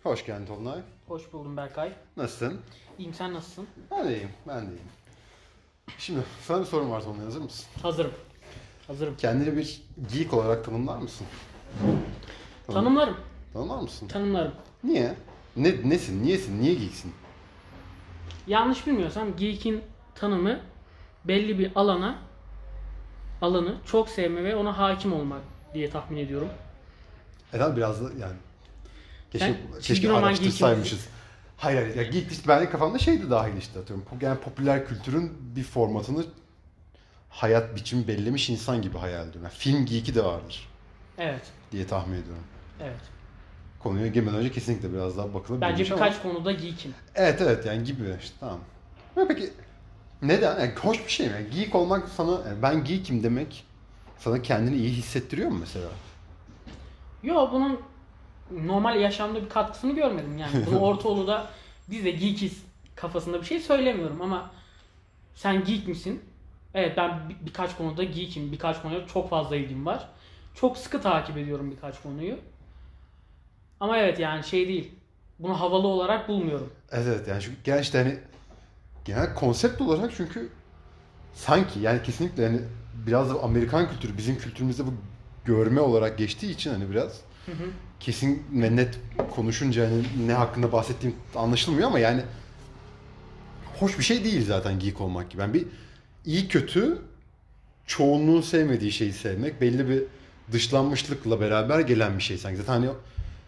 Hoş geldin Tolunay. Hoş buldum Berkay. Nasılsın? İyiyim, sen nasılsın? Ben de iyiyim, ben de iyiyim. Şimdi sana bir sorum var Tolunay, hazır mısın? Hazırım. Hazırım. Kendini bir geek olarak tanımlar mısın? Tanımlarım. Tanımlar mısın? Tanımlarım. Niye? Nesin, niyesin, niye geeksin? Yanlış bilmiyorsam geek'in tanımı belli bir alanı çok sevme ve ona hakim olmak diye tahmin ediyorum. Tabii biraz da yani Sen çizgi keşke roman araştırsaymışız. Hayır, ya geek işte benim kafamda şey de dahil işte atıyorum. Yani popüler kültürün bir formatını hayat biçimi bellemiş insan gibi hayal ediyorum. Yani film geek'i de vardır Evet. diye tahmin ediyorum. Evet. Konuya girmeden önce kesinlikle biraz daha bakılabilir. Bence birkaç konuda geek'im. Evet yani gibi işte tamam. Ama peki neden? Yani hoş bir şey mi? Yani geek olmak sana, yani ben geek'im demek sana kendini iyi hissettiriyor mu mesela? Yo, bunun normal yaşamda bir katkısını görmedim yani. Bunu Ortaoğlu'da biz de geekiz kafasında bir şey söylemiyorum ama sen geek misin? Evet, ben birkaç konuda geek'im. Birkaç konuya çok fazla ilgim var. Çok sıkı takip ediyorum birkaç konuyu. Ama evet, yani şey değil. Bunu havalı olarak bulmuyorum. Evet yani çünkü gençte hani genel konsept olarak çünkü sanki yani kesinlikle hani biraz da Amerikan kültürü bizim kültürümüzde bu görme olarak geçtiği için hani biraz Hı hı. kesin ve net konuşunca hani ne hakkında bahsettiğim anlaşılmıyor ama yani hoş bir şey değil zaten geek olmak gibi. Yani bir iyi kötü çoğunluğun sevmediği şeyi sevmek belli bir dışlanmışlıkla beraber gelen bir şey sanki. Zaten hani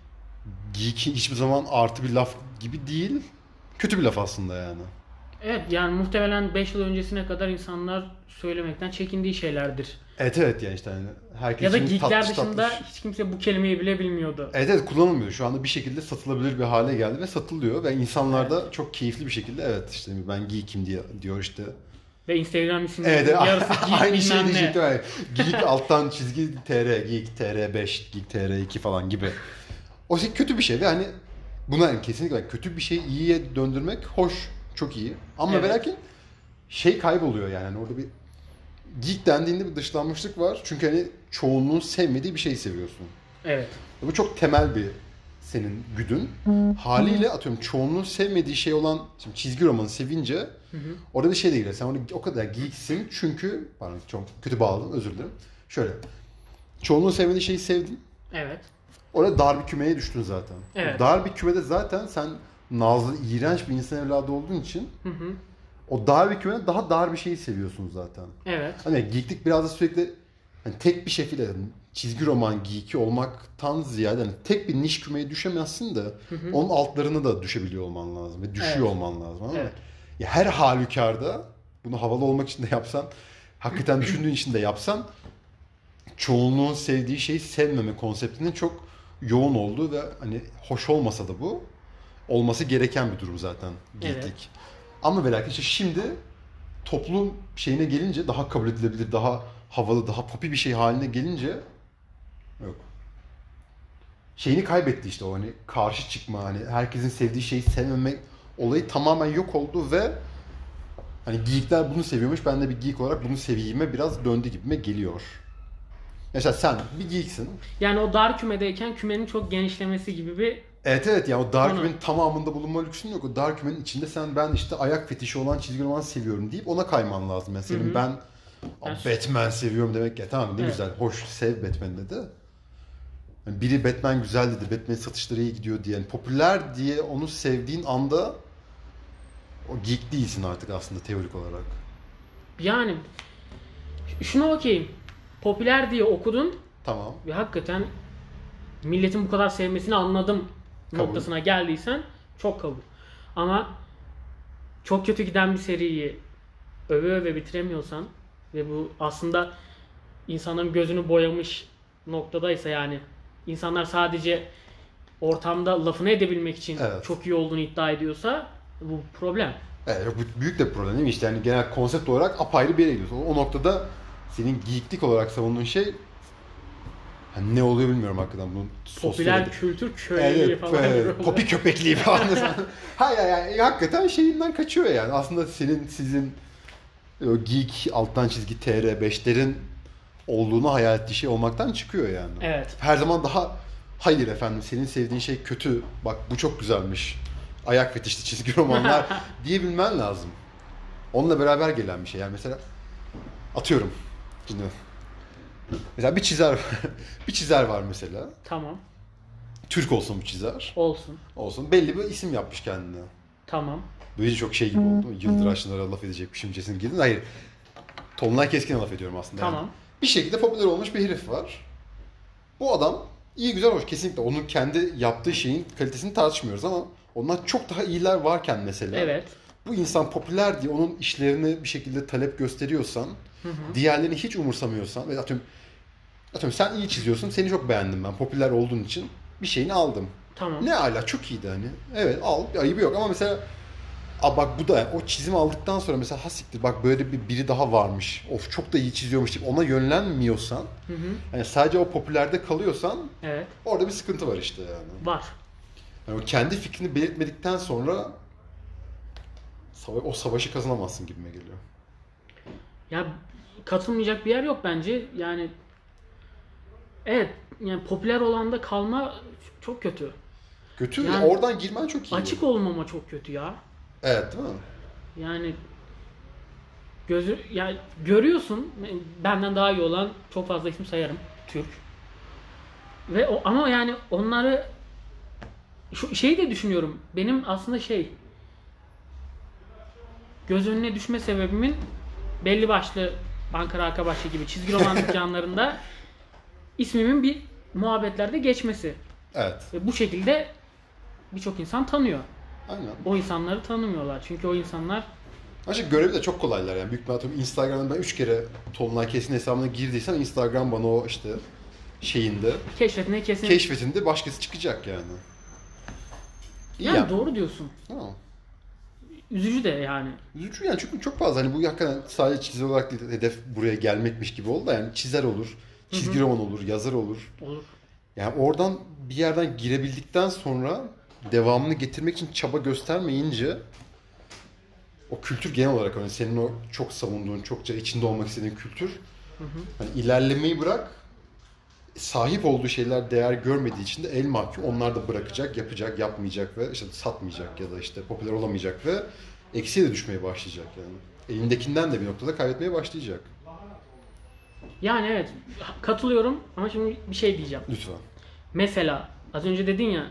geek hiçbir zaman artı bir laf gibi değil. Kötü bir laf aslında yani. Evet, yani muhtemelen 5 yıl öncesine kadar insanlar söylemekten çekindiği şeylerdir. Evet yani işte hani herkes Ya da için geekler tatlış dışında tatlış. hiç kimse bu kelimeyi bile bilmiyordu. Evet kullanılmıyor. Şu anda bir şekilde satılabilir bir hale geldi ve satılıyor. Ve insanlar da çok keyifli bir şekilde evet işte ben geek'im diyor işte. Ve Instagram isimlerinin Evet yarısı geek aynı şey bilmem ne. diyecektim. Yani. Geek alttan çizgi TR, Geek TR5, Geek TR2 falan gibi. O şey kötü bir şey ve hani buna yani kesinlikle kötü bir şeyi iyiye döndürmek hoş, çok iyi. Ama Evet. ve lakin şey kayboluyor yani. Hani orada bir geek dendiğinde bir dışlanmışlık var. Çünkü hani çoğunluğun sevmediği bir şey seviyorsun. Evet. Bu çok temel bir senin güdün. Haliyle atıyorum çoğunluğun sevmediği şey olan şimdi çizgi romanı sevince orada bir şey de giriyor. Sen orada o kadar geeksin çünkü pardon çok kötü bağladım özür dilerim. Şöyle çoğunluğun sevmediği şeyi sevdin. Evet. Orada dar bir kümeye düştün zaten. Evet. O dar bir kümede zaten sen nazlı, iğrenç bir insan evladı olduğun için Hı hı. o dar bir kümede daha dar bir şeyi seviyorsun zaten. Evet. Hani geeklik biraz da sürekli hani tek bir şekilde yani çizgi roman geeki olmaktan ziyade hani tek bir niş kümeye düşemezsin de onun altlarına da düşebiliyor olman lazım ve düşüyor Evet. olman lazım. Anladın mı? Evet. Ya her halükarda bunu havalı olmak için de yapsan, hakikaten düşündüğün için de yapsan çoğunluğun sevdiği şeyi sevmeme konseptinin çok yoğun olduğu ve hani hoş olmasa da bu olması gereken bir durum zaten geeklik. Evet. Ama ve lakin işte şimdi toplum şeyine gelince daha kabul edilebilir, daha havalı, daha popi bir şey haline gelince yok. Şeyini kaybetti işte o hani karşı çıkma, hani herkesin sevdiği şeyi sevmemek olayı tamamen yok oldu ve hani geekler bunu seviyormuş, ben de bir geek olarak bunu seveyime biraz döndü gibime geliyor. Mesela sen bir geeksin. Yani o dar kümedeyken kümenin çok genişlemesi gibi bir Evet yani o dar konu. kümenin tamamında bulunma lüksün yok. O dar kümenin içinde sen ben işte ayak fetişi olan çizgi roman seviyorum deyip ona kayman lazım. Yani senin ben Yani Batman seviyorum demek ya tamam ne evet. güzel hoş sev Batman'de de. Yani biri Batman güzel dedi, Batman satışları iyi gidiyor diye. Yani popüler diye onu sevdiğin anda o geek değilsin artık aslında teorik olarak. Yani şunu okeyim. Popüler diye okudun Tamam. ve hakikaten milletin bu kadar sevmesini anladım Kabul. noktasına geldiysen çok kabul. Ama çok kötü giden bir seriyi öve öve bitiremiyorsan ve bu aslında insanların gözünü boyamış noktadaysa, yani insanlar sadece ortamda lafını edebilmek için Evet. çok iyi olduğunu iddia ediyorsa bu problem. Evet, bu büyük de bir problem değil mi? İşte yani genel konsept olarak apayrı bir yere gidiyorsun. O noktada senin geeklik olarak savunduğun şey hani ne oluyor bilmiyorum hakikaten bunun Popüler kültür köylüğü evet, falan gibi oluyor. popi köpekliği falan. Hayır yani hakikaten şeyinden kaçıyor yani. Aslında sizin o geek alttan çizgi TR5'lerin olduğunu hayal ettiği şey olmaktan çıkıyor yani. Evet. Her zaman daha Hayır efendim senin sevdiğin şey kötü. Bak bu çok güzelmiş. Ayak fetişli çizgi romanlar diyebilmen lazım. Onunla beraber gelen bir şey. Yani mesela atıyorum. Şimdi mesela bir çizer bir çizer var mesela. Tamam. Türk olsun bu çizer. Olsun. Olsun. Belli bir isim yapmış kendine. Tamam. Böylece çok şey gibi oldu. Yıldıraçlılara laf edecekmişim cesim girdin. Hayır. Tolunay Keskin'e laf ediyorum aslında. Tamam. Yani. Bir şekilde popüler olmuş bir herif var. Bu adam iyi güzel hoş kesinlikle. Onun kendi yaptığı şeyin kalitesini tartışmıyoruz ama ondan çok daha iyiler varken mesela. Evet. Bu insan popüler diye onun işlerini bir şekilde talep gösteriyorsan, diğerlerini hiç umursamıyorsan ve atıyorum sen iyi çiziyorsun, seni çok beğendim ben popüler olduğun için bir şeyini aldım. Tamam. Ne ala çok iyiydi hani. Evet al ayıbı yok ama mesela bak bu da o çizim aldıktan sonra mesela hasiktir bak böyle biri daha varmış. Of çok da iyi çiziyormuş deyip ona yönlenmiyorsan hani sadece o popülerde kalıyorsan Evet. orada bir sıkıntı var işte yani. Var. Yani o kendi fikrini belirtmedikten sonra o savaşı kazanamazsın gibime geliyor. Ya katılmayacak bir yer yok bence. Yani evet yani popüler olanda kalma çok kötü. Kötü Yani oradan girmen çok iyi. Açık olmama çok kötü ya. Evet değil mi? Yani yani görüyorsun benden daha iyi olan çok fazla isim sayarım Türk. Ve ama yani onları şu şeyi de düşünüyorum. Benim aslında göz önüne düşme sebebimin belli başlı Ankara Arkabaşı gibi çizgi roman dükkanlarında ismimin bir muhabbetlerde geçmesi. Evet. Ve bu şekilde birçok insan tanıyor. Aynen. O insanları tanımıyorlar. Çünkü o insanlar Ancak görevi de çok kolaylar yani. Büyük bir atıyorum Instagram'da ben 3 kere Tolunay Kesin hesabına girdiysem Instagram bana o işte şeyinde keşfetinde başkası çıkacak yani. İyi yani yani. doğru diyorsun. Tamam. Üzücü de yani. Üzücü yani çünkü çok fazla hani bu hakikaten sadece çizer olarak değil hedef buraya gelmekmiş gibi oldu da yani çizer olur, çizgi roman olur, yazar olur. Olur. Yani oradan bir yerden girebildikten sonra devamını getirmek için çaba göstermeyince o kültür genel olarak hani senin o çok savunduğun, çokça içinde olmak istediğin kültür hani ilerlemeyi bırak sahip olduğu şeyler değer görmediği için de el mahkum onlar da bırakacak, yapacak, yapmayacak ve işte satmayacak ya da işte popüler olamayacak ve eksiye de düşmeye başlayacak yani. Elindekinden de bir noktada kaybetmeye başlayacak. Yani evet katılıyorum ama şimdi bir şey diyeceğim. Lütfen. Mesela az önce dedin ya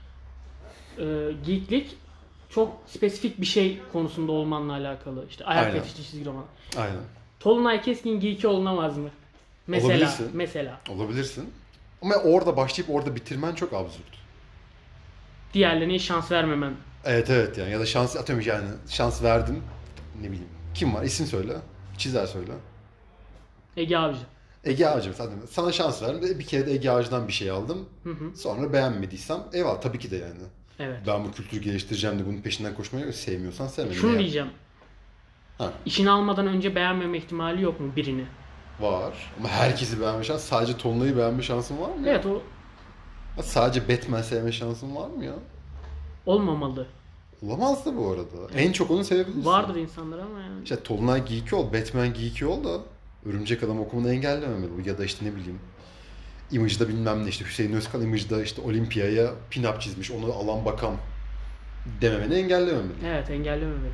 geeklik çok spesifik bir şey konusunda olmanla alakalı. İşte ayak Aynen. fetişli çizgi roman. Aynen. Tolunay Keskin geeki olunamaz mı? Mesela. Olabilirsin. Ama orada başlayıp orada bitirmen çok absürt. Diğerlerine şans vermemen. Evet yani ya da şans atıyorum yani şans verdim ne bileyim kim var isim söyle çizer söyle. Ege Avcı. Ege Ağacı mesela sana şans verdim bir kere de Ege Ağacı'dan bir şey aldım sonra beğenmediysem eyvallah tabii ki de yani. Evet. Ben bu kültürü geliştireceğim de bunun peşinden koşmayı sevmiyorsan sevme. Şunu yani. diyeceğim. Ha. İşini almadan önce beğenmeme ihtimali yok mu birini? Var ama herkesi beğenme şansı sadece Tolunay'ı beğenme şansın var mı ya? Evet o Sadece Batman sevme şansın var mı ya? olmamalı. Olamaz da bu arada. En çok onu sevebilirsin. Vardır insanlar ama yani. İşte Tolunay geeki ol, Batman geeki ol da Örümcek Adam okumanı engellememeli bu. Ya da işte ne bileyim Image'da bilmem ne işte Hüseyin Özkan Image'da işte Olimpiyaya pin-up çizmiş onu alan bakan dememeni engellememeli. Evet engellememeli.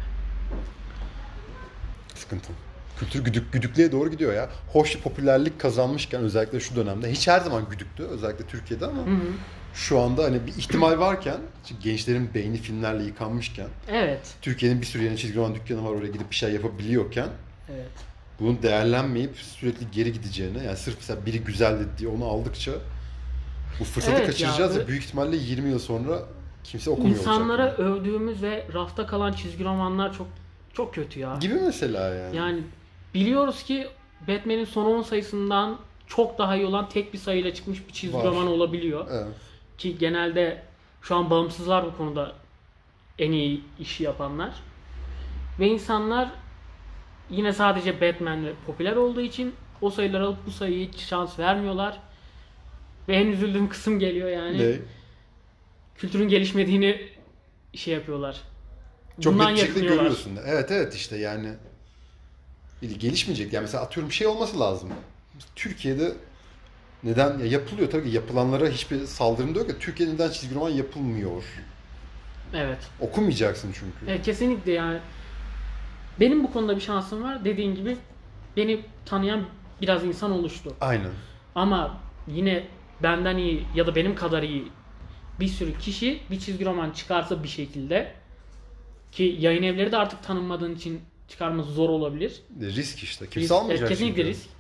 Sıkıntı. Kültür güdüklüğe doğru gidiyor ya. Hoş popülerlik kazanmışken özellikle şu dönemde hiç her zaman güdüktü özellikle Türkiye'de ama şu anda hani bir ihtimal varken gençlerin beyni filmlerle yıkanmışken Evet. Türkiye'nin bir sürü yeni çizgi roman dükkanı var oraya gidip bir şey yapabiliyorken Evet. bunun değerlenmeyip sürekli geri gideceğine yani sırf mesela biri güzeldi diye onu aldıkça bu fırsatı Evet kaçıracağız ya, ve büyük ihtimalle 20 yıl sonra kimse okumuyor İnsanlara olacak. övdüğümüz ve rafta kalan çizgi romanlar çok çok kötü ya. Gibi mesela yani. Yani biliyoruz ki Batman'in son 10 sayısından çok daha iyi olan tek bir sayıyla çıkmış bir çizgi Var. roman olabiliyor. Evet. Ki genelde şu an bağımsızlar bu konuda en iyi işi yapanlar. Ve insanlar yine sadece Batman popüler olduğu için o sayıları alıp bu sayıya hiç şans vermiyorlar. Ve en üzüldüğüm kısım geliyor yani. Ne? Kültürün gelişmediğini yapıyorlar. Çok Bundan net bir şekilde yakınıyorlar. görüyorsun. Evet işte yani gelişmeyecek. Yani mesela atıyorum şey olması lazım. Türkiye'de Neden? Ya yapılıyor tabii ki. Yapılanlara hiçbir saldırım da yok ya. Türkiye'de neden çizgi roman yapılmıyor? Evet. Okumayacaksın çünkü. Kesinlikle yani. Benim bu konuda bir şansım var. Dediğin gibi beni tanıyan biraz insan oluştu. Aynen. Ama yine benden iyi ya da benim kadar iyi bir sürü kişi bir çizgi roman çıkarsa bir şekilde, ki yayın evleri de artık tanınmadığın için çıkarması zor olabilir. Risk işte. Kimse almayacak Kesinlikle çünkü. risk.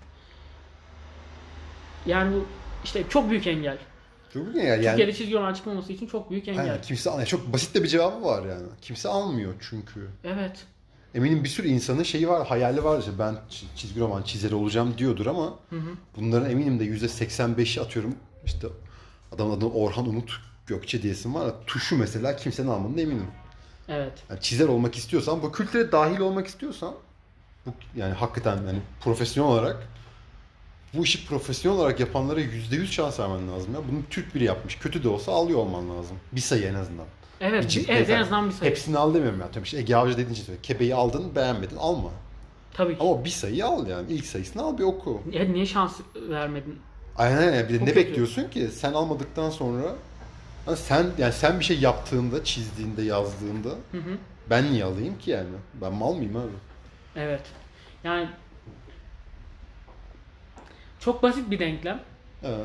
Yani bu işte çok büyük engel. Çok iyi yani. Türkiye'de çizgi roman çıkmaması için çok büyük engel. Aynen, kimse almıyor. Çok basit de bir cevabı var yani. Kimse almıyor çünkü. Evet. Eminim bir sürü insanın şeyi var, hayali var işte ben çizgi roman çizeri olacağım diyordur ama bunların eminim de %85'i atıyorum işte adamın adını Orhan Umut Gökçe diyesin var ya, tuşu mesela kimsenin almadığına eminim. Evet. Yani çizer olmak istiyorsan, bu kültüre dahil olmak istiyorsan bu yani hakikaten yani profesyonel olarak bu işi profesyonel olarak yapanlara %100 şans vermen lazım ya. Bunu Türk biri yapmış. Kötü de olsa alıyor olman lazım. Bir sayı en azından. Evet, Bir evet en azından bir sayı. Hepsini al demiyorum ya. Tabii işte Ege Avcı dediğin için söylüyorum. Kebeği aldın, beğenmedin, alma. Tabii ki. Ama bir sayıyı al yani. İlk sayısını al bir oku. Niye şans vermedin? Aynen yani. Bir de Çok ne kötü. bekliyorsun ki? Sen almadıktan sonra hani sen bir şey yaptığında, çizdiğinde, yazdığında ben niye alayım ki yani? Ben mal mıyım abi? Evet. Yani çok basit bir denklem. Evet.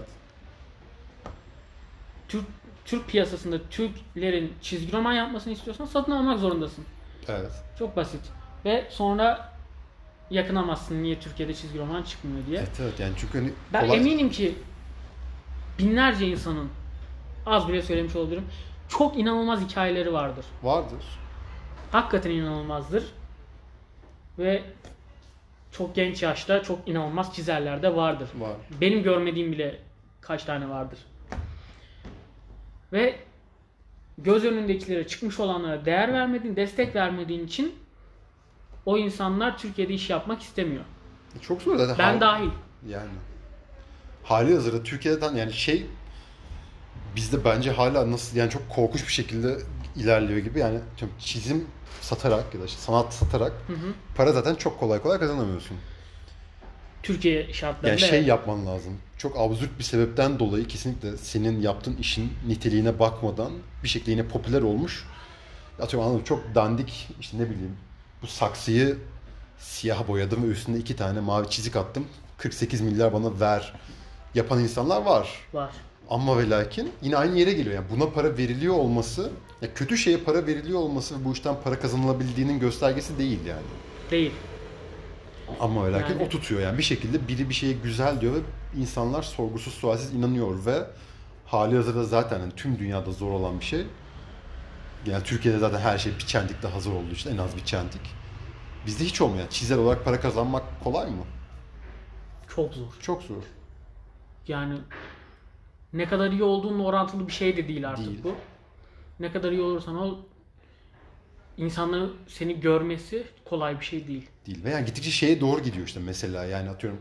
Türk piyasasında Türklerin çizgi roman yapmasını istiyorsan satın almak zorundasın. Evet. Çok basit. Ve sonra yakınamazsın niye Türkiye'de çizgi roman çıkmıyor diye. Evet yani çünkü hani Ben eminim ki binlerce insanın, az bile söylemiş olabilirim, çok inanılmaz hikayeleri vardır. vardır. Hakikaten inanılmazdır. Ve çok genç yaşta çok inanılmaz çizerler de vardır. Var. Benim görmediğim bile kaç tane vardır. Ve göz önündekilere, çıkmış olanlara değer vermediğin, destek vermediğin için o insanlar Türkiye'de iş yapmak istemiyor. Çok zor zaten. Ben dahil. Yani. Hali hazırda Türkiye'den yani bizde bence hala nasıl yani çok korkunç bir şekilde ilerliyor gibi yani çizim satarak ya da işte sanat satarak para zaten çok kolay kolay kazanamıyorsun. Türkiye şartlarında. Yani yapman lazım. Çok absürt bir sebepten dolayı kesinlikle senin yaptığın işin niteliğine bakmadan bir şekilde yine popüler olmuş. Atıyorum anladım çok dandik işte ne bileyim bu saksıyı siyah boyadım ve üstüne 2 tane mavi çizik attım. 48 milyar bana ver yapan insanlar var. Var. Ama ve lakin yine aynı yere geliyor. Yani buna para veriliyor olması, ya kötü şeye para veriliyor olması ve bu işten para kazanılabildiğinin göstergesi değil yani. Değil. Ama ve lakin Yani- o tutuyor yani bir şekilde biri bir şeye güzel diyor ve insanlar sorgusuz sualsiz inanıyor ve hali hazırda zaten yani tüm dünyada zor olan bir şey. Yani Türkiye'de zaten her şey bir çentik daha zor olduğu için en az bir çentik. Bizde hiç olmuyor. Çizer olarak para kazanmak kolay mı? Çok zor. Çok zor. Yani ne kadar iyi olduğunla orantılı bir şey de değil artık Değil. bu. Ne kadar iyi olursan ol, insanların seni görmesi kolay bir şey değil. Değil. Ve yani gittikçe şeye doğru gidiyor işte mesela yani atıyorum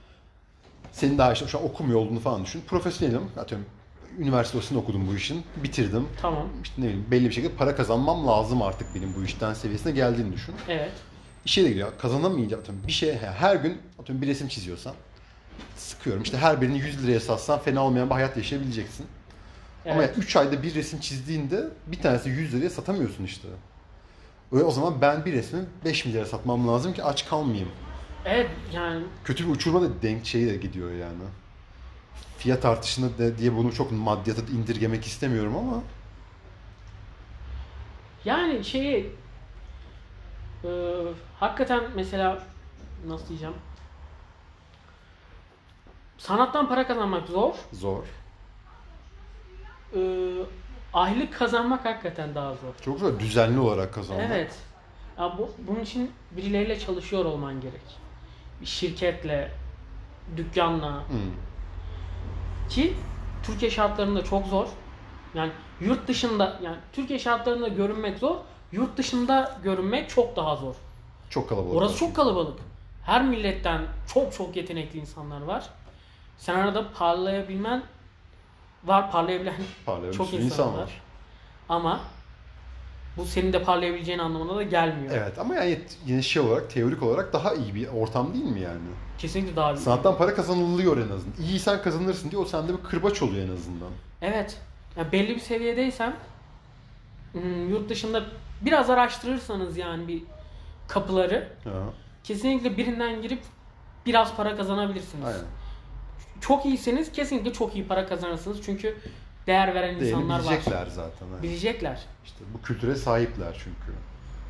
senin daha işte şu an okumuyor olduğunu falan düşün. Profesyonelim. Atıyorum üniversitesini okudum bu işin. Bitirdim. Tamam. İşte ne bileyim belli bir şekilde para kazanmam lazım artık benim bu işten seviyesine geldiğini düşün. Evet. İşe de giriyor. Kazanamayınca atıyorum bir şey her gün atıyorum bir resim çiziyorsan sıkıyorum. İşte her birini 100 liraya satsan fena olmayan bir hayat yaşayabileceksin. Ama Evet. 3 ayda bir resim çizdiğinde bir tanesi 100 liraya satamıyorsun işte. O zaman ben bir resmi 5 milyara satmam lazım ki aç kalmayayım. Evet yani Kötü bir uçurma da denk şeyi de gidiyor yani. Fiyat artışını diye bunu çok maddiyata indirgemek istemiyorum ama yani e, hakikaten mesela nasıl diyeceğim? Sanattan para kazanmak zor. zor. E, Aylık kazanmak hakikaten daha zor. Çok zor. Düzenli olarak kazanmak. Evet. Ya bunun için birileriyle çalışıyor olman gerek. Bir şirketle, dükkanla. Hmm. Ki Türkiye şartlarında çok zor. Yani yurt dışında, yani Türkiye şartlarında görünmek zor. Yurt dışında görünmek çok daha zor. Çok kalabalık. Orası çok kalabalık. Her milletten çok çok yetenekli insanlar var. Sen arada parlayabilen Parlayan çok bir sürü insan insan var. var. Ama bu senin de parlayabileceğin anlamına da gelmiyor. Evet ama yani yine şey olarak, teorik olarak daha iyi bir ortam değil mi yani? Kesinlikle daha iyi. Sanattan para kazanılıyor en azından. İyi sen kazanırsın diye o sende bir kırbaç oluyor en azından. Evet. Yani belli bir seviyedeysem yurt dışında biraz araştırırsanız yani bir kapıları Ha. kesinlikle birinden girip biraz para kazanabilirsiniz. Aynen. Çok iyiseniz kesinlikle çok iyi para kazanırsınız. Çünkü değer veren insanlar var. Bilecekler zaten. Evet. Bilecekler. İşte bu kültüre sahipler çünkü.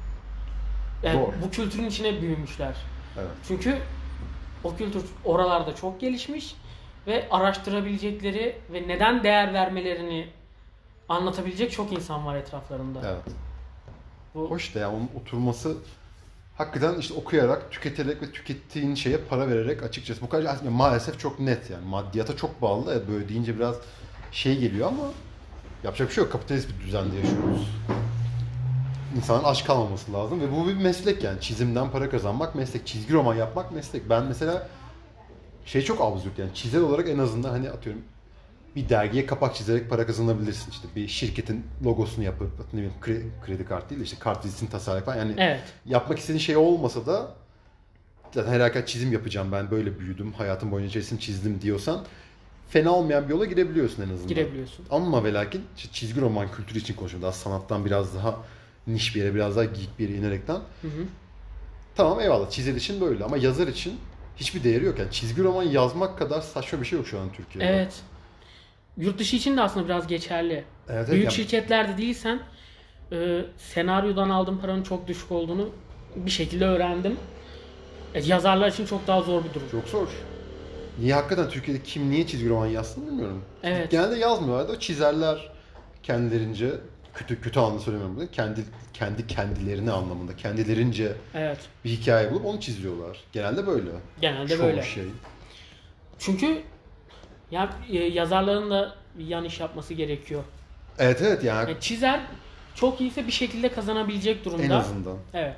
Yani Zor. bu kültürün içine büyümüşler. Evet. Çünkü o kültür oralarda çok gelişmiş ve araştırabilecekleri ve neden değer vermelerini anlatabilecek çok insan var etraflarında. Evet. Bu Hoş da yani onun oturması hakikaten işte okuyarak, tüketerek ve tükettiğin şeye para vererek açıkçası. Bu kadar aslında maalesef çok net yani. Maddiyata çok bağlı. Evet, böyle deyince biraz şey geliyor ama yapacak bir şey yok. Kapitalist bir düzende yaşıyoruz. İnsanın aç kalmaması lazım ve bu bir meslek yani. Çizimden para kazanmak meslek. Çizgi roman yapmak meslek. Ben mesela şey çok absürt yani. Çizer olarak en azından hani atıyorum bir dergiye kapak çizerek para kazanabilirsin. İşte bir şirketin logosunu yapıp ne bileyim kredi kartı değil de işte kart vizitini tasarlayıp falan. Yani evet. yapmak istediğin şey olmasa da zaten her harekat çizim yapacağım ben böyle büyüdüm hayatım boyunca resim çizdim diyorsan fena olmayan bir yola girebiliyorsun en azından. Girebiliyorsun. Ama ve lakin işte çizgi roman kültürü için konuşuyorum. Daha sanattan biraz daha niş bir yere biraz daha geek bir yere inerekten. Hı hı. Tamam eyvallah çizer için böyle ama yazar için hiçbir değeri yok. Yani çizgi roman yazmak kadar saçma bir şey yok şu an Türkiye'de. Evet. Yurt dışı için de aslında biraz geçerli. Evet, Büyük yani- şirketlerde değilsen senaryodan aldığın paranın çok düşük olduğunu bir şekilde öğrendim. Yazarlar için çok daha zor bir durum. Çok zor. Niye hakikaten Türkiye'de kim niye çizgi roman yazsın bilmiyorum. Evet. Genelde yazmıyorlar da çizerler kendilerince kötü anlamda söylemiyorum bunu. Kendilerini anlamında kendilerince Evet. bir hikaye bulup onu çiziyorlar. Genelde böyle. Genelde Çoğu böyle. şey. Çünkü ya yazarların da bir yan iş yapması gerekiyor. Evet yani Yani çizer çok iyiyse bir şekilde kazanabilecek durumda. en azından. Evet.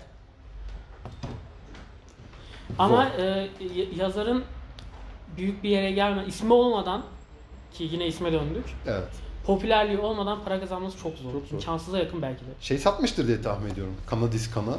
Ama yazarın büyük bir yere gelme, ismi olmadan ki yine isme döndük. Evet. Popülerliği olmadan para kazanması çok zor. Çok zor. İmkansıza yakın belki de. Şey satmıştır diye tahmin ediyorum. Kana Diskan'a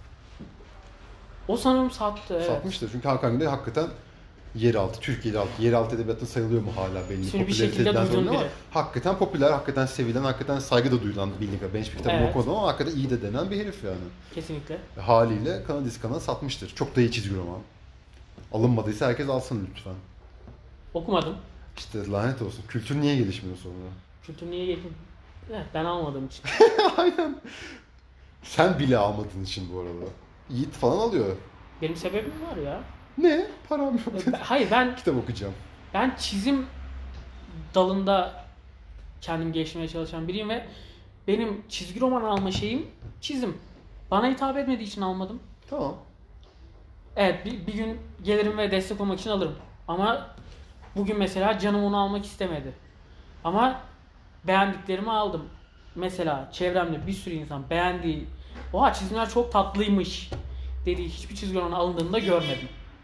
O sanırım sattı. Evet. satmıştır. Çünkü Hakan Güney hakikaten yeraltı, Türkiye'de yeraltı edebiyatı sayılıyor mu hala belli. Şimdi bir şekilde Popülariteden duydum sonra ama biri. hakikaten popüler, hakikaten sevilen, hakikaten saygı da duyulan bildiğim kadar. Ben hiçbir kitabını Evet. okumadım ama hakikaten iyi de denen bir herif yani. Kesinlikle. Haliyle Kana Diskan'a satmıştır. Çok da iyi çizgi roman. Alınmadıysa herkes alsın lütfen. Okumadım. İşte lanet olsun. Kültür niye gelişmiyor sonra? Kültür niye geldi? Evet, ben almadığım için. Aynen. Sen bile almadığın için bu arada. Yiğit falan alıyor. Benim sebebim var ya. Ne? Param yok. Hayır Kitap okuyacağım. ben çizim dalında kendim geliştirmeye çalışan biriyim ve benim çizgi roman alma şeyim çizim. Bana hitap etmediği için almadım. Tamam. Evet bir gün gelirim ve destek olmak için alırım. Ama bugün mesela canım onu almak istemedi. Ama beğendiklerimi aldım. Mesela çevremde bir sürü insan beğendiği, oha çizimler çok tatlıymış dediği hiçbir çizgi roman alındığını da görmedim.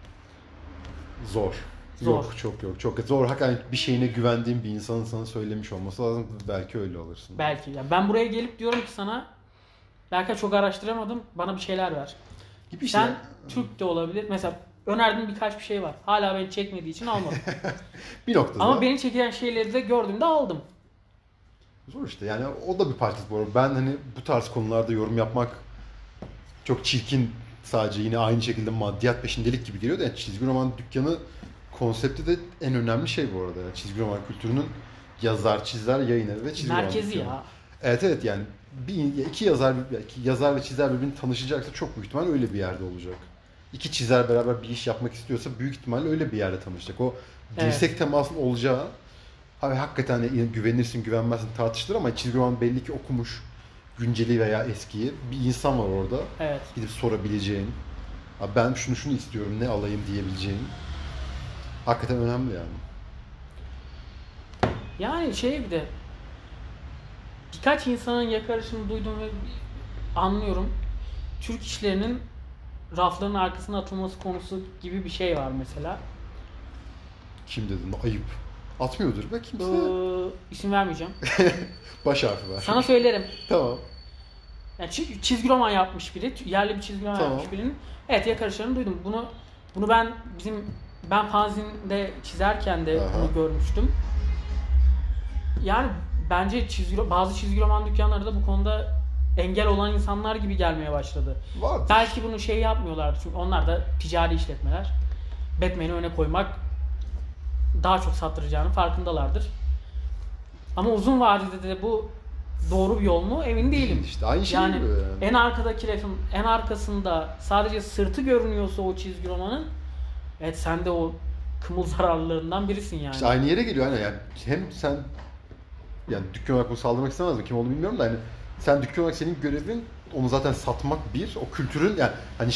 Zor. Zor. Yok, çok yok. Çok zor. Hakikaten bir şeyine güvendiğin bir insanın sana söylemiş olması lazım. Belki öyle alırsın. Belki. Yani ben buraya gelip diyorum ki sana belki çok araştıramadım. Bana bir şeyler ver. Gibi Sen işte. Türk de olabilir. Mesela önerdiğin birkaç bir şey var. Hala beni çekmediği için almadım. Bir noktada. Ama beni çeken şeyleri de gördüğümde aldım. Zor işte. Yani o da bir parçası bu arada. Ben hani bu tarz konularda yorum yapmak çok çirkin, sadece yine aynı şekilde maddiyat peşindelik gibi geliyor da yani çizgi roman dükkanı konsepti de en önemli şey bu arada. Yani çizgi roman kültürünün yazar, çizer, yayın evi ve çizgi roman Merkezi dükkanı. ya. Evet yani iki yazar ve çizer birbirini tanışacaksa çok büyük ihtimal öyle bir yerde olacak. İki çizer beraber bir iş yapmak istiyorsa büyük ihtimalle öyle bir yerde tanışacak. O dirsek temasının olacağı hakikaten yani güvenirsin güvenmezsin tartışılır ama çizgi roman belli ki okumuş, günceli veya eskiyi bir insan var orada. Evet. Gidip sorabileceğin, ben şunu istiyorum ne alayım diyebileceğin. Hakikaten önemli yani. Yani bir de birkaç insanın yakarışını duydum ve anlıyorum. Türk işlerinin rafların arkasına atılması konusu gibi bir şey var mesela. Kim dedin? Ayıp. Atmıyordur be kimse. İsim vermeyeceğim. Baş harfi ver. Sana söylerim. Tamam. Yani çizgi roman yapmış biri, yerli bir çizgi roman Tamam. yapmış birinin. Evet, yakarışlarını duydum. Bunu ben fanzinde çizerken de Aha. bunu görmüştüm. Yani bence bazı çizgi roman dükkanları da bu konuda engel olan insanlar gibi gelmeye başladı. Vardır. Belki bunu yapmıyorlardı çünkü onlar da ticari işletmeler. Batman'i öne koymak daha çok sattıracağının farkındalardır. Ama uzun vadede de bu doğru bir yol mu emin değilim. İşte aynı şey Yani gibi yani. en arkadaki rafın en arkasında sadece sırtı görünüyorsa o çizgi romanın, evet sen de o kımıl zararlarından birisin yani. İşte aynı yere geliyor yani hem sen yani dükkan olarak bunu saldırmak istemez mi? Kim olduğunu bilmiyorum da hani sen dükkan olarak senin görevin onu zaten satmak bir. O kültürün yani hani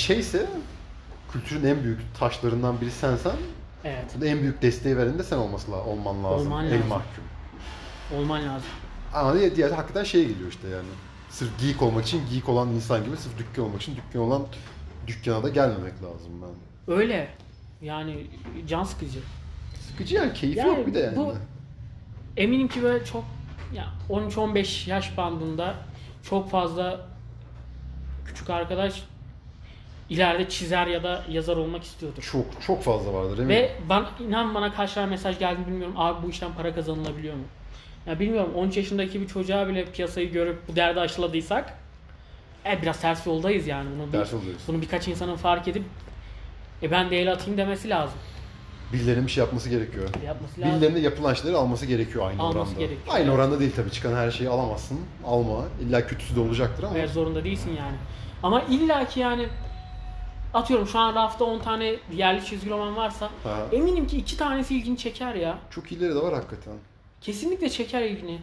kültürün en büyük taşlarından biri sensen. Evet. En büyük desteği veren de sen olman lazım. Olman El lazım. mahkum. Olman lazım. Ama diğer hakikaten geliyor işte yani. Sırf geek olmak için geek olan insan gibi sırf dükkan olmak için dükkan olan dükkana da gelmemek lazım ben. Öyle. Yani can sıkıcı. Sıkıcı yani keyfi Yani yok bir de yani. bu eminim ki böyle çok ya 13-15 yaş bandında çok fazla küçük arkadaş ileride çizer ya da yazar olmak istiyordur. Çok çok fazla vardır eminim. Ve inan bana kaç tane mesaj geldi bilmiyorum. Abi bu işten para kazanılabiliyor mu? Ya bilmiyorum, 13 yaşındaki bir çocuğa bile piyasayı görüp bu derdi aşıladıysak biraz ters yoldayız yani. Ters yoldayız. Bunu birkaç insanın fark edip ben de el atayım demesi lazım. Birilerinin bir şey yapması gerekiyor. Yapması lazım. Birilerinin de yapılan şeyleri alması gerekiyor aynı Alması oranda. gerekiyor. Aynı oranda değil tabii. Çıkan her şeyi alamazsın. Alma. İlla kötüsü de olacaktır ama. Evet, zorunda değilsin yani. Ama illaki yani atıyorum şu an rafta 10 tane yerli çizgi roman varsa Aha. eminim ki 2 tanesi ilgini çeker ya. Çok iyileri de var hakikaten. Kesinlikle çeker ilgini.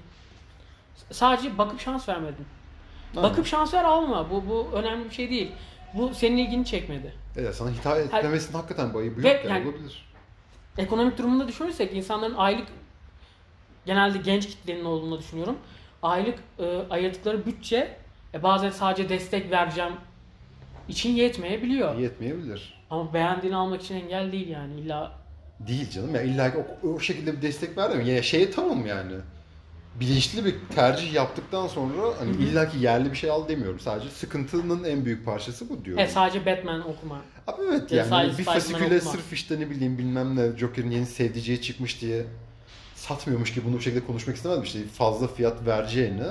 Sadece bakıp şans vermedin. Aynen. Bakıp şans ver, alma. Bu önemli bir şey değil. Bu senin ilgini çekmedi. Evet, sana hitap etmemesinin hakikaten bu ayıbı Ve yok yani- olabilir. Ekonomik durumunda düşünürsek insanların aylık, genelde genç kitlenin olduğunu düşünüyorum. Aylık ayırdıkları bütçe bazen sadece destek vereceğim için yetmeyebiliyor. Yetmeyebilir. Ama beğendiğini almak için engel değil yani. İlla Değil canım ya illa ki o şekilde bir destek vermiyor. Yani tamam yani. Bilinçli bir tercih yaptıktan sonra hani illa ki yerli bir şey al demiyorum. Sadece sıkıntının en büyük parçası bu diyorum. sadece Batman okuma. Abi evet Ya yani sadece bir Spider-Man fasiküle okuma. sırf işte ne bileyim bilmem ne Joker'in yeni sevdiceği çıkmış diye satmıyormuş gibi bunu bu şekilde konuşmak istemezdim işte fazla fiyat vereceğine.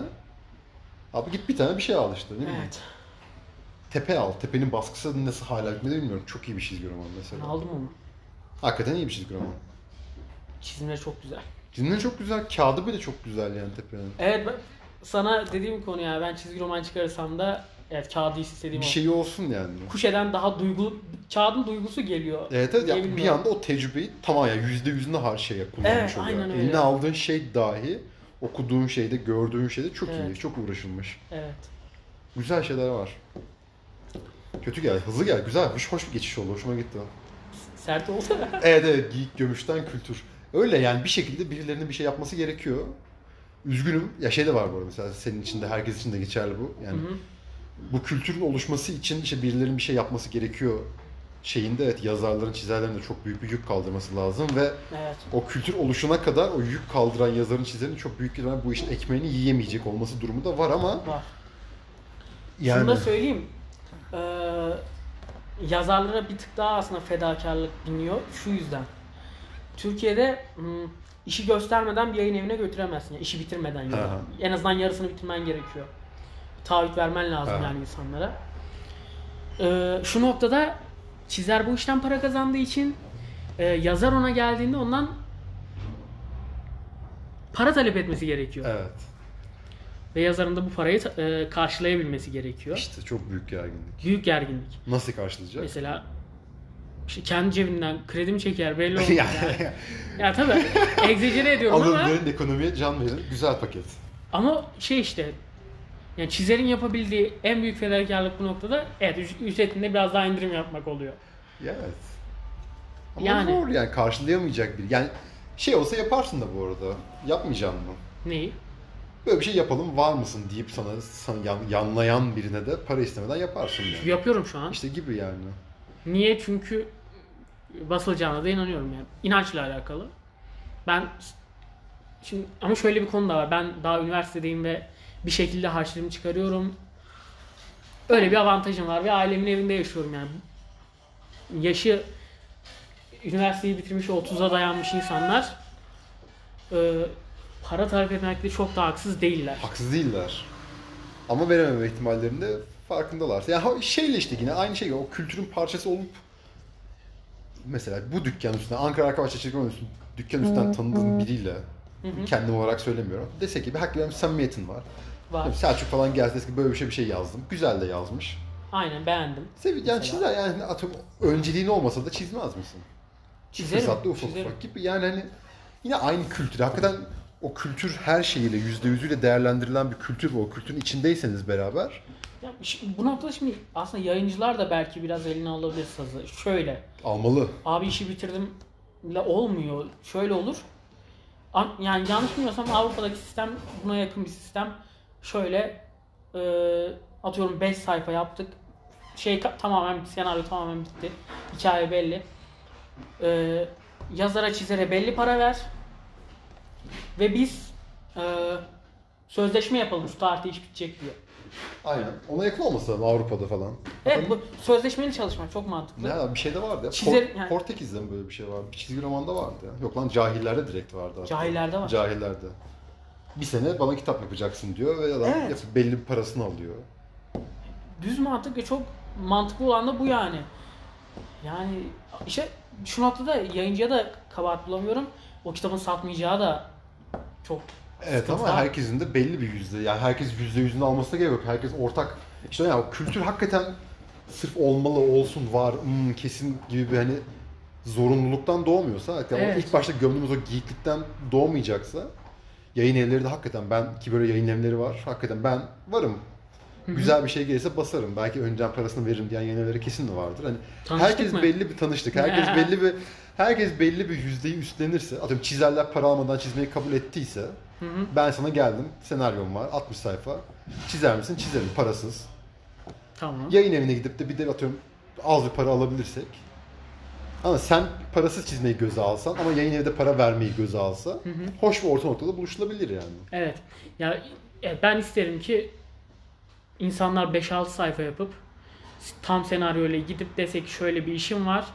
Abi git bir tane bir şey al işte ne bileyim. Evet. Tepe al. Tepenin baskısı nasıl hala bitmedi bilmiyorum. Çok iyi bir çizgi roman Ben mesela. aldım onu. Hakikaten iyi bir çizgi roman. Çizimleri çok güzel. Çizimleri çok güzel. Kağıdı bile çok güzel yani Tepe'nin. Evet, sana dediğim konu ya, ben çizgi roman çıkarırsam da kağıdı istediğim Bir o. şeyi olsun yani. Kuşeden daha kağıdın duygusu geliyor. Evet evet ya, bir diyebiliyorum. anda o tecrübeyi tamam ya %100'ünü her şeye kullanmış Evet, oluyor. aynen öyle. Eline aldığın şey dahi okuduğun şeyde, gördüğün şeyde çok iyi, Evet. çok uğraşılmış. Evet. Güzel şeyler var. Kötü gel, hızlı gel, güzel, hoş bir geçiş oldu, hoşuma gitti. Sert oldu. Evet evet, geek gömüşten kültür. Öyle yani bir şekilde birilerinin bir şey yapması gerekiyor. Üzgünüm, ya şey de var bu arada mesela senin için de herkes için de geçerli bu. Yani Hı hı. bu kültürün oluşması için işte birilerinin bir şey yapması gerekiyor şeyinde evet yazarların, çizerlerin de çok büyük bir yük kaldırması lazım ve Evet. o kültür oluşuna kadar o yük kaldıran yazarın, çizerin çok büyük ihtimalle bu işin ekmeğini yiyemeyecek olması durumu da var ama Var. yani Şunu da söyleyeyim. Yazarlara bir tık daha aslında fedakarlık biniyor. Şu yüzden. Türkiye'de işi göstermeden bir yayın evine götüremezsin. Yani işi bitirmeden ya da. Aha. En azından yarısını bitirmen gerekiyor. Taahhüt vermen lazım Aha. yani insanlara. Şu noktada çizer bu işten para kazandığı için yazar ona geldiğinde ondan para talep etmesi gerekiyor. evet Ve yazarın da bu parayı karşılayabilmesi gerekiyor. işte çok büyük gerginlik. Büyük gerginlik. Nasıl karşılayacak? Mesela işte kendi cebinden kredi mi çeker belli olmaz Yani. yani. Ya tabii egzajere ediyorum Alın ama verin ekonomiye can verin. Güzel paket. ama işte yani çizerin yapabildiği en büyük fedakarlık bu noktada ücretinde biraz daha indirim yapmak oluyor. Evet. Ama Yani. zor yani karşılayamayacak bir. Yani şey olsa yaparsın da bu arada. Yapmayacağım mı? Neyi? Böyle bir şey yapalım var mısın deyip sana yanlayan birine de para istemeden yaparsın yani. Yapıyorum şu an. İşte gibi yani. Niye? Çünkü basılacağına da inanıyorum yani. İnançla alakalı. Ben şimdi ama şöyle bir konu da var. Ben daha üniversitedeyim ve bir şekilde harçlığımı çıkarıyorum. Öyle bir avantajım var ve ailemin evinde yaşıyorum yani. Yaşı üniversiteyi bitirmiş 30'a dayanmış insanlar para talep etmekte çok da haksız değiller. Haksız değiller. Ama verememe ihtimallerinde farkındalar. Yani şeyle işte yine aynı şey. O kültürün parçası olup mesela bu dükkan üstünden, Ankara Arkabaş'ta çekiminin üstünden, dükkan üstünden tanıdığın biriyle, kendim olarak söylemiyorum, dese ki bir hakikaten bir samimiyetin var. Var. Selçuk falan gelse dese ki böyle bir şey yazdım. Güzel de yazmış. Aynen, beğendim. Yani çizer yani, atıyorum önceliğin olmasa da çizmez misin? Çizerim. Fırsatlı ufak ufak gibi. Yani hani yine aynı kültür. Hakikaten o kültür her şeyiyle, %100'üyle değerlendirilen bir kültür ve o kültürün içindeyseniz beraber. Ya, bu noktada şimdi aslında yayıncılar da belki biraz eline alabilir sazı. Şöyle. Almalı. Abi işi bitirdim olmuyor. Şöyle olur. Yani yanlış bilmiyorsam Avrupa'daki sistem buna yakın bir sistem. Şöyle atıyorum 5 sayfa yaptık. Tamamen senaryo tamamen bitti. Hikaye belli. Yazara çizere belli para ver. Ve biz sözleşme yapalım şu tarihte iş bitecek diye. Aynen. Ona yakın olmasa Avrupa'da falan. Evet, bu sözleşmeli çalışmak çok mantıklı. Ya bir şey de vardı ya. Yani. Portekiz'de mi böyle bir şey vardı? Bir çizgi romanda vardı ya. Yok lan, Cahillerde direkt vardı. Hatta. Cahillerde var. Cahillerde. Bir sene bana kitap yapacaksın diyor ve adam belli bir parasını alıyor. Düz mantık ve çok mantıklı olan da bu yani. Yani işte şu noktada yayıncıya da kabahat bulamıyorum. O kitabın satmayacağı da çok evet ama herkesin de belli bir yüzde. Yani herkes %100'ünü almasına gerek yok. Herkes ortak. İşte yani o kültür hakikaten sırf olmalı, olsun, var, kesin gibi bir hani zorunluluktan doğmuyorsa, evet. ilk başta gömdüğümüz o geeklikten doğmayacaksa, yayın evleri de hakikaten, ben ki böyle yayın evleri var, hakikaten ben varım. Güzel bir şey gelirse basarım. Belki önceden parasını veririm diyen yayın evleri kesin de vardır. Hani herkes belli bir tanıştık. Herkes belli bir yüzdeyi üstlenirse, atıyorum çizerler para almadan çizmeyi kabul ettiyse, ben sana geldim, senaryom var, 60 sayfa. Çizer misin? Çizerim, parasız. Tamam. Yayın evine gidip de bir de atıyorum az bir para alabilirsek. Ama sen parasız çizmeyi göze alsan ama yayın evi de para vermeyi göze alsa, hoş bir orta noktada buluşulabilir yani. Evet. Ya ben isterim ki insanlar 5-6 sayfa yapıp tam senaryoyla gidip desek şöyle bir işim var.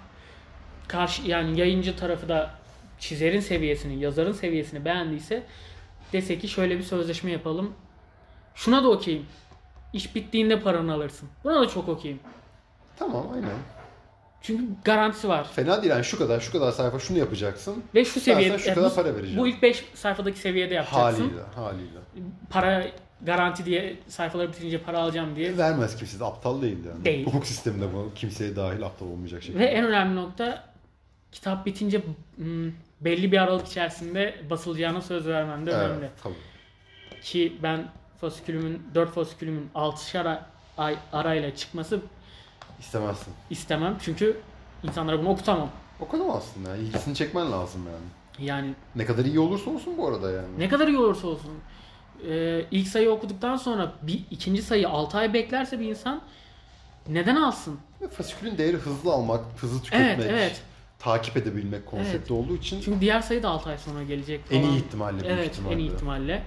Yani yayıncı tarafı da çizerin seviyesini, yazarın seviyesini beğendiyse dese ki şöyle bir sözleşme yapalım. Şuna da okeyim. İş bittiğinde paranı alırsın. Buna da çok okeyim. Tamam, aynen. Çünkü garantisi var. Fena değil yani, şu kadar sayfa şunu yapacaksın. Ve şu seviyede şu kadar para vereceğim. Bu ilk 5 sayfadaki seviyede yapacaksın. Haliyle. Para garanti diye sayfaları bitirince para alacağım diye. Vermez kimse de, aptal değil yani. Değil. Hukuk sisteminde bu kimseye dahil aptal olmayacak şekilde. Ve en önemli nokta, kitap bitince belli bir aralık içerisinde basılacağına söz vermem de önemli. Evet, tabii. Ki ben 4 fasikülümün 6'şar ay arayla çıkması istemem. Çünkü insanlara bunu okutamam. Okutamazsın yani. İlgisini çekmen lazım yani. Yani ne kadar iyi olursa olsun bu arada yani. Ne kadar iyi olursa olsun. İlk sayı okuduktan sonra ikinci sayı 6 ay beklerse bir insan neden alsın? Fasikülün değeri hızlı almak, hızlı tüketmek, evet. takip edebilmek konsepti olduğu için. Çünkü diğer sayı da 6 ay sonra gelecek falan. En iyi ihtimalle. Evet, en iyi ihtimalle.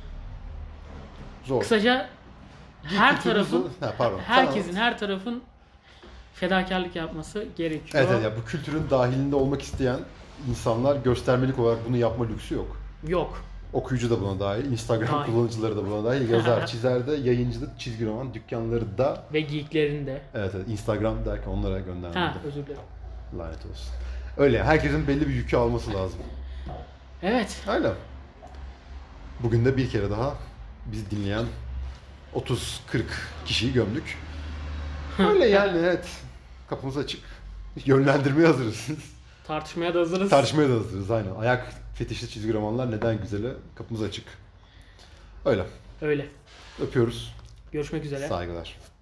Zor. Kısaca her tarafın fedakarlık yapması gerekiyor. Evet ya, bu kültürün dahilinde olmak isteyen insanlar göstermelik olarak bunu yapma lüksü yok. Yok. Okuyucu da buna dahil, Instagram kullanıcıları da buna dahil, yazar, çizer de, yayıncı da, çizgi roman dükkanları da. Ve geeklerin de. Evet, Instagram derken onlara göndermedi. Özür dilerim. Lanet olsun. Öyle, herkesin belli bir yükü alması lazım. Evet. Öyle. Bugün de bir kere daha bizi dinleyen 30-40 kişiyi gömdük. Öyle yani, evet. Kapımız açık. Yönlendirmeye hazırız. Tartışmaya da hazırız. Aynen. Ayak fetişli çizgi romanlar neden güzeli? Kapımız açık. Öyle. Öyle. Öpüyoruz. Görüşmek üzere. Saygılar.